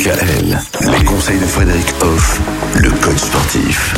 DKL, les conseils de Frédéric Hoff, le coach sportif.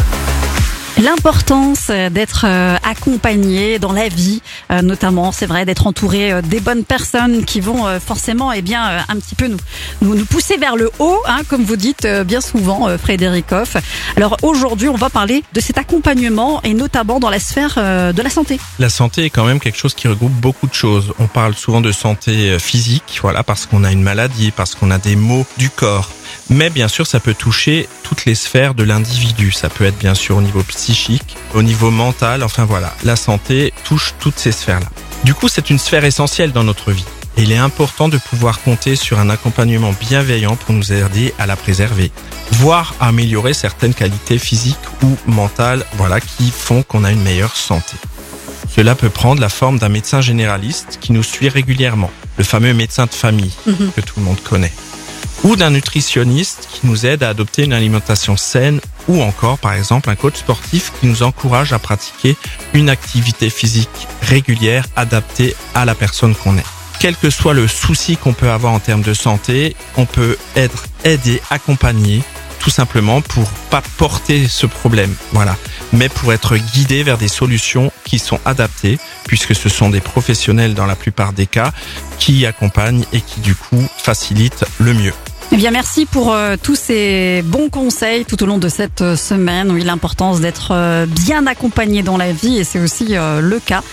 L'importance d'être accompagné dans la vie, notamment, c'est vrai, d'être entouré des bonnes personnes qui vont forcément, un petit peu nous pousser vers le haut, comme vous dites bien souvent, Frédéric Hoff. Alors aujourd'hui, on va parler de cet accompagnement et notamment dans la sphère de la santé. La santé est quand même quelque chose qui regroupe beaucoup de choses. On parle souvent de santé physique, parce qu'on a une maladie, parce qu'on a des maux du corps. Mais bien sûr, ça peut toucher toutes les sphères de l'individu. Ça peut être bien sûr au niveau psychique, au niveau mental, la santé touche toutes ces sphères-là. Du coup, c'est une sphère essentielle dans notre vie. Et il est important de pouvoir compter sur un accompagnement bienveillant pour nous aider à la préserver, voire à améliorer certaines qualités physiques ou mentales, qui font qu'on a une meilleure santé. Cela peut prendre la forme d'un médecin généraliste qui nous suit régulièrement, le fameux médecin de famille que tout le monde connaît. Ou d'un nutritionniste qui nous aide à adopter une alimentation saine, ou encore, par exemple, un coach sportif qui nous encourage à pratiquer une activité physique régulière adaptée à la personne qu'on est. Quel que soit le souci qu'on peut avoir en termes de santé, on peut être aidé, accompagné, tout simplement pour pas porter ce problème, mais pour être guidé vers des solutions qui sont adaptées, puisque ce sont des professionnels dans la plupart des cas qui accompagnent et qui du coup facilitent le mieux. Eh bien, merci pour tous ces bons conseils tout au long de cette semaine. Oui, l'importance d'être bien accompagné dans la vie, et c'est aussi le cas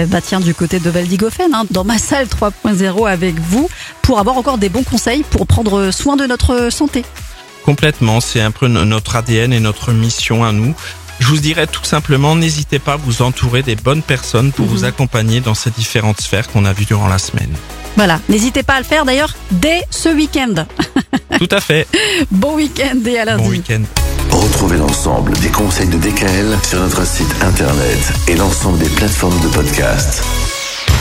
du côté de Valdigofen, dans ma salle 3.0 avec vous, pour avoir encore des bons conseils pour prendre soin de notre santé. Complètement, c'est un peu notre ADN et notre mission à nous. Je vous dirais tout simplement, n'hésitez pas à vous entourer des bonnes personnes pour vous accompagner dans ces différentes sphères qu'on a vues durant la semaine. Voilà, n'hésitez pas à le faire d'ailleurs dès ce week-end. Tout à fait. Bon week-end et à lundi. Bon week-end. Retrouvez l'ensemble des conseils de DKL sur notre site internet et l'ensemble des plateformes de podcast.